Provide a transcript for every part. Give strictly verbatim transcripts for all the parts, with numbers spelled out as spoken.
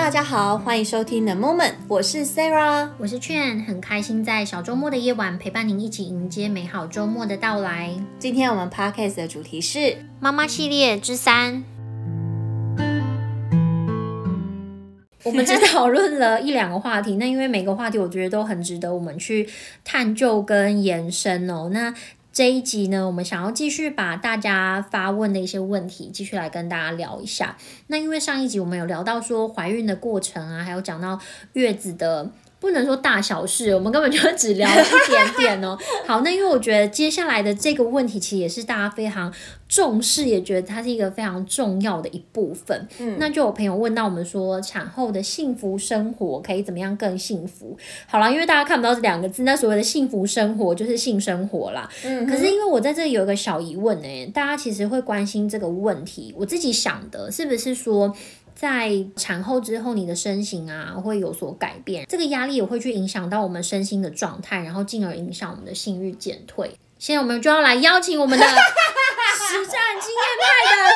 大家好，欢迎收听 The Moment， 我是 Sarah， 我是劝，很开心在小周末的夜晚陪伴您一起迎接美好周末的到来。 今天我们 Podcast 的主题是妈妈系列之三。我们只讨论了一两个话题，那因为每个话题我觉得都很值得我们去探究跟延伸哦。那这一集呢，我们想要继续把大家发问的一些问题继续来跟大家聊一下。那因为上一集我们有聊到说怀孕的过程啊，还有讲到月子的不能说大小事，我们根本就只聊了一点点哦。好，那因为我觉得接下来的这个问题其实也是大家非常重视，也觉得它是一个非常重要的一部分。嗯，那就有朋友问到我们说，产后的幸福生活可以怎么样更幸福？好啦，因为大家看不到这两个字，那所谓的幸福生活就是性生活啦。嗯，可是因为我在这里有一个小疑问欸，大家其实会关心这个问题，我自己想的是不是说，在产后之后，你的身形啊会有所改变，这个压力也会去影响到我们身心的状态，然后进而影响我们的性欲减退。现在我们就要来邀请我们的实战经验派的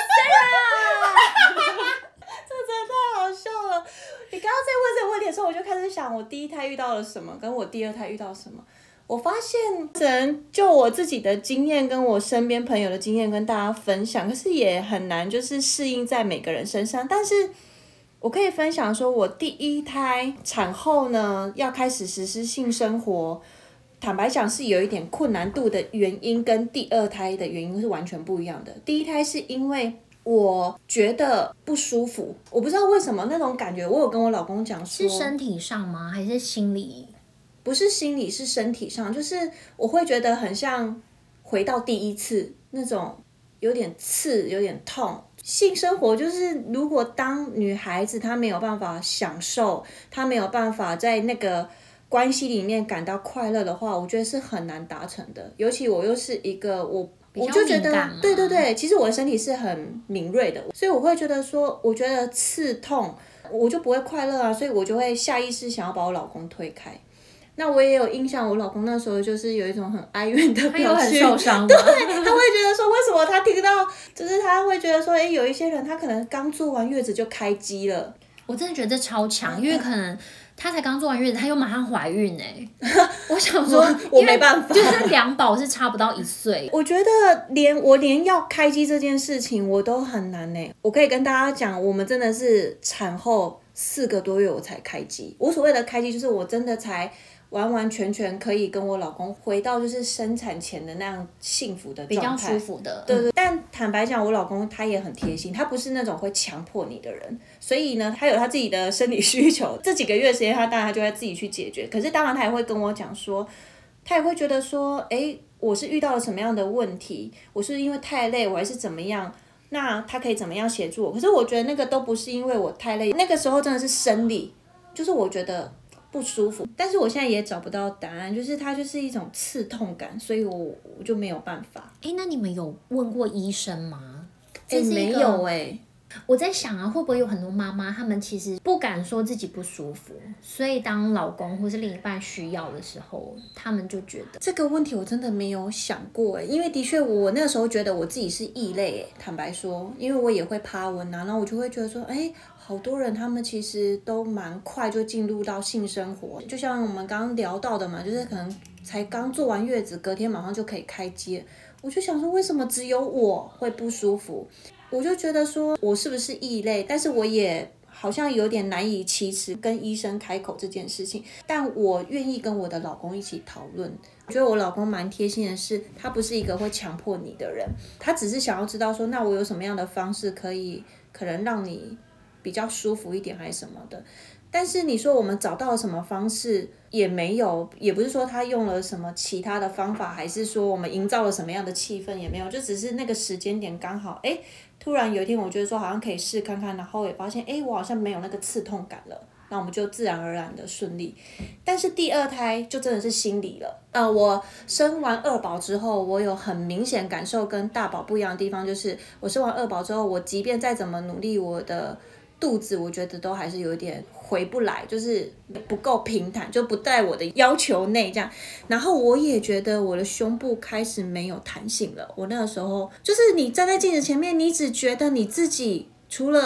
Sarah。 这真的太好笑了！你刚刚在问这个问题的时候，我就开始想，我第一胎遇到了什么，跟我第二胎遇到什么。我发现只能就我自己的经验跟我身边朋友的经验跟大家分享，可是也很难就是适应在每个人身上。但是我可以分享说，我第一胎产后呢要开始实施性生活，坦白讲是有一点困难度的原因跟第二胎的原因是完全不一样的。第一胎是因为我觉得不舒服，我不知道为什么那种感觉，我有跟我老公讲说， 是身体上吗？还是心理？ 不是心理，是身体上，就是我会觉得很像回到第一次那种，有点刺，有点痛。性生活就是如果当女孩子她没有办法享受，她没有办法在那个关系里面感到快乐的话，我觉得是很难达成的。尤其我又是一个我我就觉得，对对对，其实我的身体是很敏锐的，所以我会觉得说，我觉得刺痛我就不会快乐啊，所以我就会下意识想要把我老公推开。那我也有印象，我老公那时候就是有一种很哀怨的表情， 他有很受伤吗？ 对，他会觉得说，为什么他听到，就是他会觉得说，哎，有一些人他可能刚做完月子就开机了。 我真的觉得这超强，因为可能她才刚做完月子，她又马上怀孕哎、欸。我想说， 我没办法， 就是两宝是差不到一岁。 我觉得连我连要开机这件事情我都很难呢、欸。我可以跟大家讲，我们真的是产后四个多月我才开机。我所谓的开机，就是我真的才完完全全可以跟我老公回到就是生产前的那样幸福的状态， 比较舒服的。 对对。但坦白讲，我老公他也很贴心，他不是那种会强迫你的人，所以呢，他有他自己的生理需求。这几个月时间，他当然他就会自己去解决。可是当然他也会跟我讲说，他也会觉得说，哎，我是遇到了什么样的问题，我是因为太累，我还是怎么样？那他可以怎么样协助我？可是我觉得那个都不是因为我太累，那个时候真的是生理，就是我觉得不舒服，但是我现在也找不到答案，就是它就是一种刺痛感，所以我我就没有办法。 哎，那你们有问过医生吗？ 哎，没有哎、欸。 我在想啊，会不会有很多妈妈，她们其实不敢说自己不舒服，所以当老公或是另一半需要的时候，他们就觉得这个问题我真的没有想过哎，因为的确我那时候觉得我自己是异类哎，坦白说，因为我也会趴文啊，然后我就会觉得说，哎，好多人他们其实都蛮快就进入到性生活，就像我们刚刚聊到的嘛，就是可能才刚做完月子，隔天马上就可以开机，我就想说，为什么只有我会不舒服？我就觉得说，我是不是异类？但是我也好像有点难以启齿跟医生开口这件事情。但我愿意跟我的老公一起讨论。我觉得我老公蛮贴心的是，他不是一个会强迫你的人，他只是想要知道说，那我有什么样的方式可以可能让你比较舒服一点，还是什么的。但是你说我们找到了什么方式也没有，也不是说他用了什么其他的方法，还是说我们营造了什么样的气氛也没有，就只是那个时间点刚好，哎，突然有一天我觉得说好像可以试看看，然后也发现，哎，我好像没有那个刺痛感了，那我们就自然而然的顺利。但是第二胎就真的是心理了，呃，我生完二宝之后，我有很明显感受跟大宝不一样的地方，就是我生完二宝之后，我即便再怎么努力，我的肚子我觉得都还是有点回不来，就是不够平坦，就不在我的要求内这样。然后我也觉得我的胸部开始没有弹性了。我那个时候就是你站在镜子前面，你只觉得你自己除了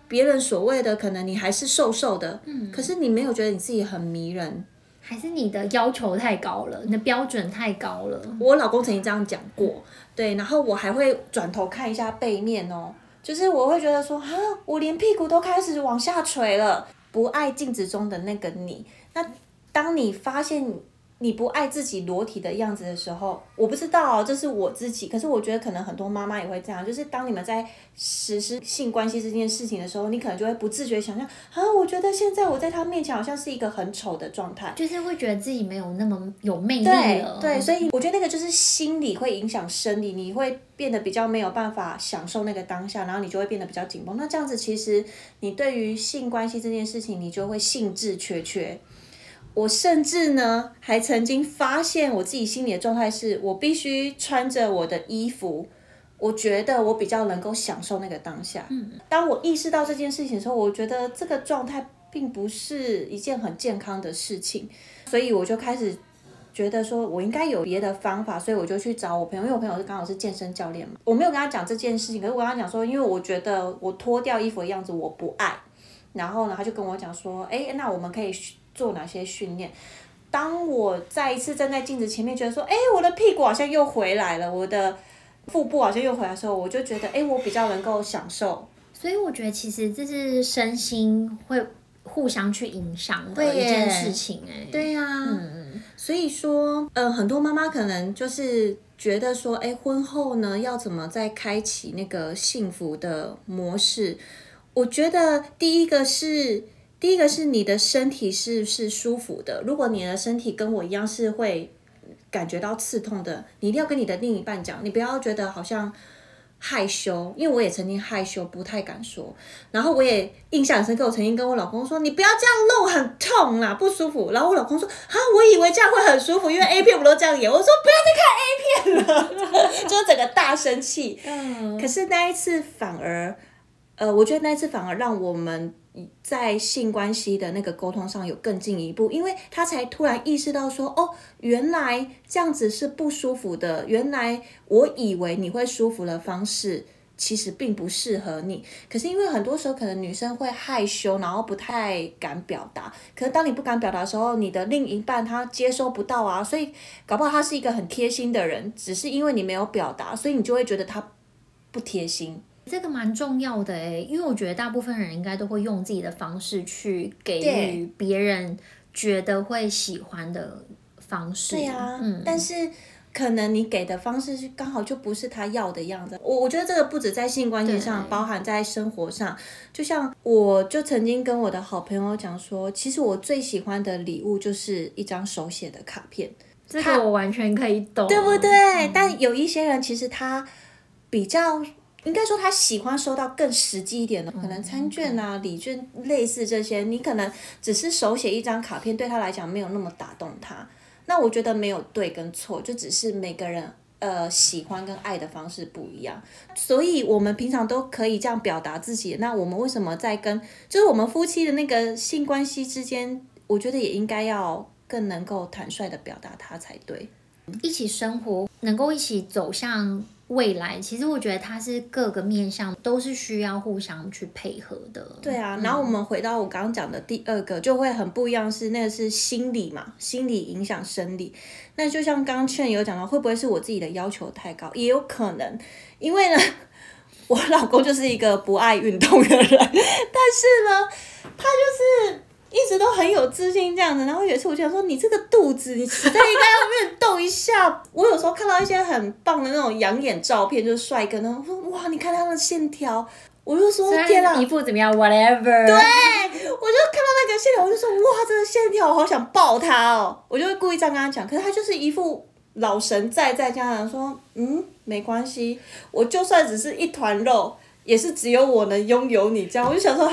别人所谓的可能你还是瘦瘦的，嗯，可是你没有觉得你自己很迷人。 还是你的要求太高了，你的标准太高了。 我老公曾经这样讲过，对，然后我还会转头看一下背面哦，就是我会觉得说，啊，我连屁股都开始往下垂了，不爱镜子中的那个你。那当你发现你不爱自己裸体的样子的时候，我不知道、哦、这是我自己，可是我觉得可能很多妈妈也会这样，就是当你们在实施性关系这件事情的时候，你可能就会不自觉想象啊，我觉得现在我在他面前好像是一个很丑的状态， 就是会觉得自己没有那么有魅力了。 对对，所以我觉得那个就是心理会影响生理，你会变得比较没有办法享受那个当下，然后你就会变得比较紧绷。那这样子其实你对于性关系这件事情，你就会兴致缺缺。我甚至呢，还曾经发现我自己心里的状态是，我必须穿着我的衣服，我觉得我比较能够享受那个当下。嗯，当我意识到这件事情的时候，我觉得这个状态并不是一件很健康的事情，所以我就开始觉得说我应该有别的方法，所以我就去找我朋友，因为我朋友是刚好是健身教练嘛，我没有跟他讲这件事情，可是我跟他讲说，因为我觉得我脱掉衣服的样子我不爱，然后呢，他就跟我讲说，哎，那我们可以做哪些训练？当我再一次站在镜子前面，觉得说，哎，我的屁股好像又回来了，我的腹部好像又回来的时候，我就觉得，哎，我比较能够享受。 所以我觉得其实这是身心会互相去影响的一件事情、欸，哎， 对呀、啊，嗯，所以说，呃，很多妈妈可能就是觉得说，哎，婚后呢要怎么再开启那个幸福的模式？我觉得第一个是。第一个是你的身体是是舒服的，如果你的身体跟我一样是会感觉到刺痛的，你一定要跟你的另一半讲，你不要觉得好像害羞，因为我也曾经害羞不太敢说，然后我也印象很深刻，我曾经跟我老公说，你不要这样露，很痛啦，不舒服，然后我老公说，啊，我以为这样会很舒服，因为 A 片我都这样演，我说不要再看 A 片了，就是整个大生气，嗯，可是那一次反而呃，我觉得那一次反而让我们在性关系的那个沟通上有更进一步，因为他才突然意识到说，哦，原来这样子是不舒服的，原来我以为你会舒服的方式其实并不适合你。可是因为很多时候可能女生会害羞，然后不太敢表达，可是当你不敢表达的时候，你的另一半他接收不到啊，所以搞不好他是一个很贴心的人，只是因为你没有表达，所以你就会觉得他不贴心。 这个蛮重要的诶，因为我觉得大部分人应该都会用自己的方式去给予别人觉得会喜欢的方式。 对啊，嗯，但是可能你给的方式刚好就不是他要的样子。我我觉得这个不止在性关系上，包含在生活上。就像我就曾经跟我的好朋友讲说，其实我最喜欢的礼物就是一张手写的卡片。 这个我完全可以懂， 对不对？嗯，但有一些人其实他比较。应该说他喜欢收到更实际一点的，可能餐券啊、礼券类似这些，你可能只是手写一张卡片，对他来讲没有那么打动他。那我觉得没有对跟错，就只是每个人呃喜欢跟爱的方式不一样。所以我们平常都可以这样表达自己，那我们为什么在跟就是我们夫妻的那个性关系之间，我觉得也应该要更能够坦率的表达它才对。 一起生活，能够一起走向未来，其实我觉得它是各个面向都是需要互相去配合的。 对啊，然后我们回到我刚刚讲的第二个，就会很不一样，是那个是心理嘛，心理影响生理。那就像刚刚劝有讲到，会不会是我自己的要求太高？也有可能，因为呢，我老公就是一个不爱运动的人，但是呢，他就是一直都很有自信这样子，然后有一次我就想说，你这个肚子，你实在应该要运动一下。我有时候看到一些很棒的那种养眼照片，就是帅哥，然后说哇，你看他的线条，我就说天啊， 衣服怎么样 ，whatever。 对，我就看到那个线条，我就说哇，这个线条我好想抱他哦，我就会故意这样跟他讲，可是他就是一副老神在在这样说，嗯，没关系，我就算只是一团肉。也是只有我能拥有你这样，我就想说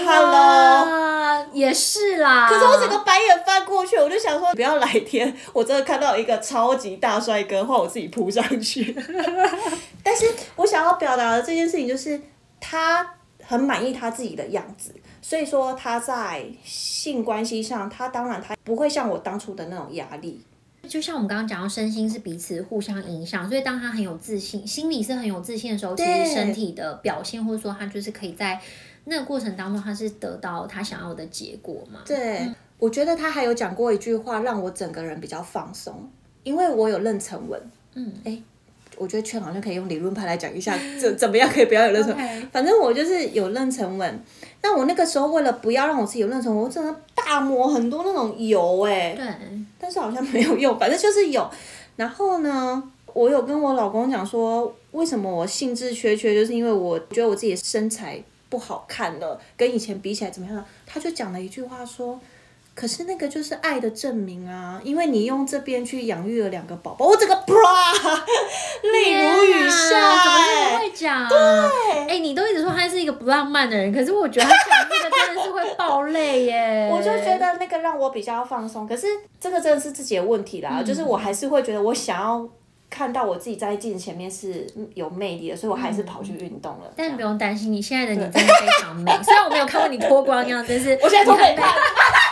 ，Hello， 也是啦。 可是我整个白眼翻过去，我就想说，不要哪一天我真的看到一个超级大帅哥，换我自己扑上去。但是我想要表达的这件事情就是，他很满意他自己的样子，所以说他在性关系上，他当然他不会像我当初的那种压力。 就像我们刚刚讲到，身心是彼此互相影响，所以当他很有自信，心里是很有自信的时候，其实身体的表现或者说他就是可以在那个过程当中他是得到他想要的结果嘛。 对、嗯、我觉得他还有讲过一句话让我整个人比较放松，因为我有妊娠纹。嗯，哎，我觉得圈好像可以用理论派来讲一下怎怎么样可以不要有妊娠纹。okay. 反正我就是有妊娠纹，那我那个时候为了不要让我自己有妊娠纹，我真的大抹很多那种油哎、欸， 对， 但是好像没有用，反正就是有。然后呢，我有跟我老公讲说，为什么我兴致缺缺，就是因为我觉得我自己的身材不好看了，跟以前比起来怎么样？他就讲了一句话说，可是那个就是爱的证明啊，因为你用这边去养育了两个宝宝，我整个啪泪如雨下、欸， 怎么这么会讲？对，哎、欸，你都一直说他是一个不浪漫的人，可是我觉得他讲这个真的是会爆泪耶。 我就觉得那个让我比较放松，可是这个真的是自己的问题啦，嗯、就是我还是会觉得我想要看到我自己在镜子前面是有魅力的，所以我还是跑去运动了。 嗯、但是不用担心，你现在的你真的非常美。虽然我没有看过你脱光样，但是我现在脱美看。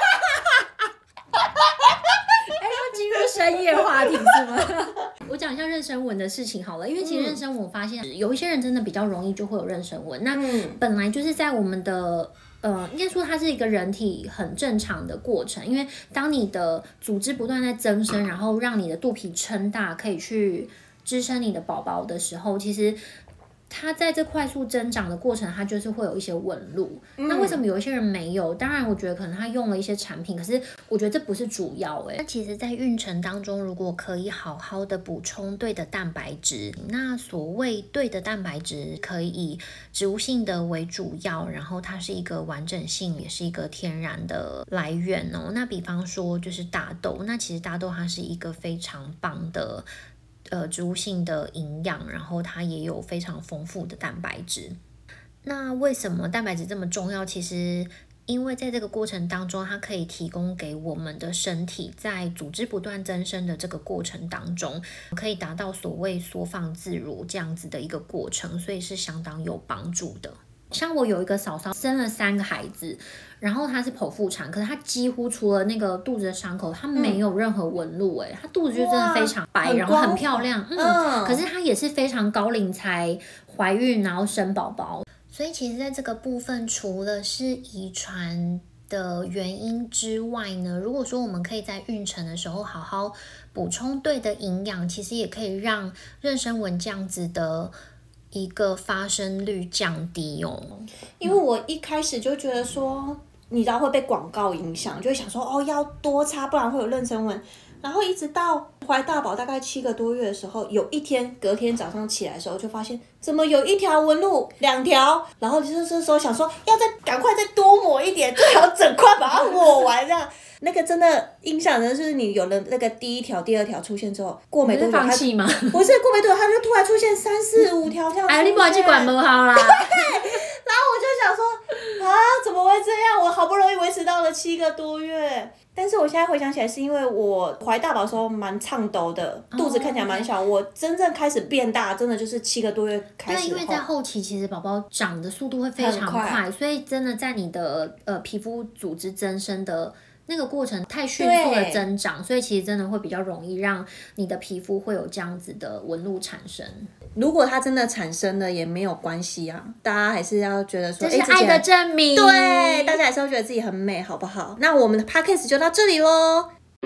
进入深夜话题是吗？我讲一下妊娠纹的事情好了，因为其实妊娠纹我发现有一些人真的比较容易就会有妊娠纹，那本来就是在我们的呃，应该说它是一个人体很正常的过程，因为当你的组织不断在增生，然后让你的肚皮撑大，可以去支撑你的宝宝的时候，其实它在这快速增长的过程，它就是会有一些纹路。嗯、那为什么有一些人没有？当然，我觉得可能他用了一些产品，可是我觉得这不是主要哎、欸。那其实，在孕程当中，如果可以好好的补充对的蛋白质，那所谓对的蛋白质，可以以植物性的为主要，然后它是一个完整性，也是一个天然的来源哦。那比方说就是大豆，那其实大豆它是一个非常棒的。呃，植物性的营养，然后它也有非常丰富的蛋白质。那为什么蛋白质这么重要？其实因为在这个过程当中，它可以提供给我们的身体，在组织不断增生的这个过程当中，可以达到所谓缩放自如这样子的一个过程，所以是相当有帮助的。像我有一个嫂嫂生了三个孩子，然后她是剖腹产，可是她几乎除了那个肚子的伤口，她没有任何纹路哎、欸，她肚子就真的非常白，然后很漂亮，嗯，嗯可是她也是非常高龄才怀孕，然后生宝宝，所以其实在这个部分，除了是遗传的原因之外呢，如果说我们可以在孕程的时候好好补充对的营养，其实也可以让妊娠纹这样子的一个发生率降低哦。 因为我一开始就觉得说，你知道会被广告影响，就会想说哦要多擦，不然会有妊娠纹。然后一直到怀大宝大概七个多月的时候，有一天隔天早上起来的时候，就发现怎么有一条纹路，两条，然后就是这时候想说要再赶快再多抹一点，最好整块把它抹完这样。那个真的印象的就是你有了那个第一条、第二条出现之后，过没多久， 放弃吗？ 不是过没多久，它就突然出现三四五条这样。 哎，你不要去管不好啦。 对，然后我就想说啊，怎么会这样？我好不容易维持到了七个多月。但是我现在回想起来，是因为我怀大宝的时候蛮畅兜的，肚子看起来蛮小。Oh, okay. 我真正开始变大，真的就是七个多月开始后。 对，因为在后期其实宝宝长的速度会非常快，所以真的在你的呃皮肤组织增生的那个过程太迅速的增长，所以其实真的会比较容易让你的皮肤会有这样子的纹路产生。 如果它真的产生了也没有关系啊，大家还是要觉得说这是爱的证明。 对，大家还是要觉得自己很美，好不好？那我们的 podcast 就到这里咯。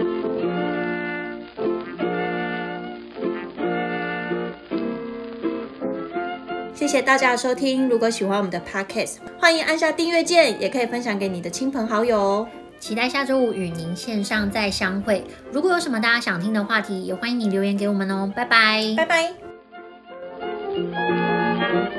谢谢大家的收听，如果喜欢我们的 podcast， 欢迎按下订阅键，也可以分享给你的亲朋好友哦。 期待下周五与您线上再相会。如果有什么大家想听的话题，也欢迎你留言给我们哦。拜拜， 拜拜。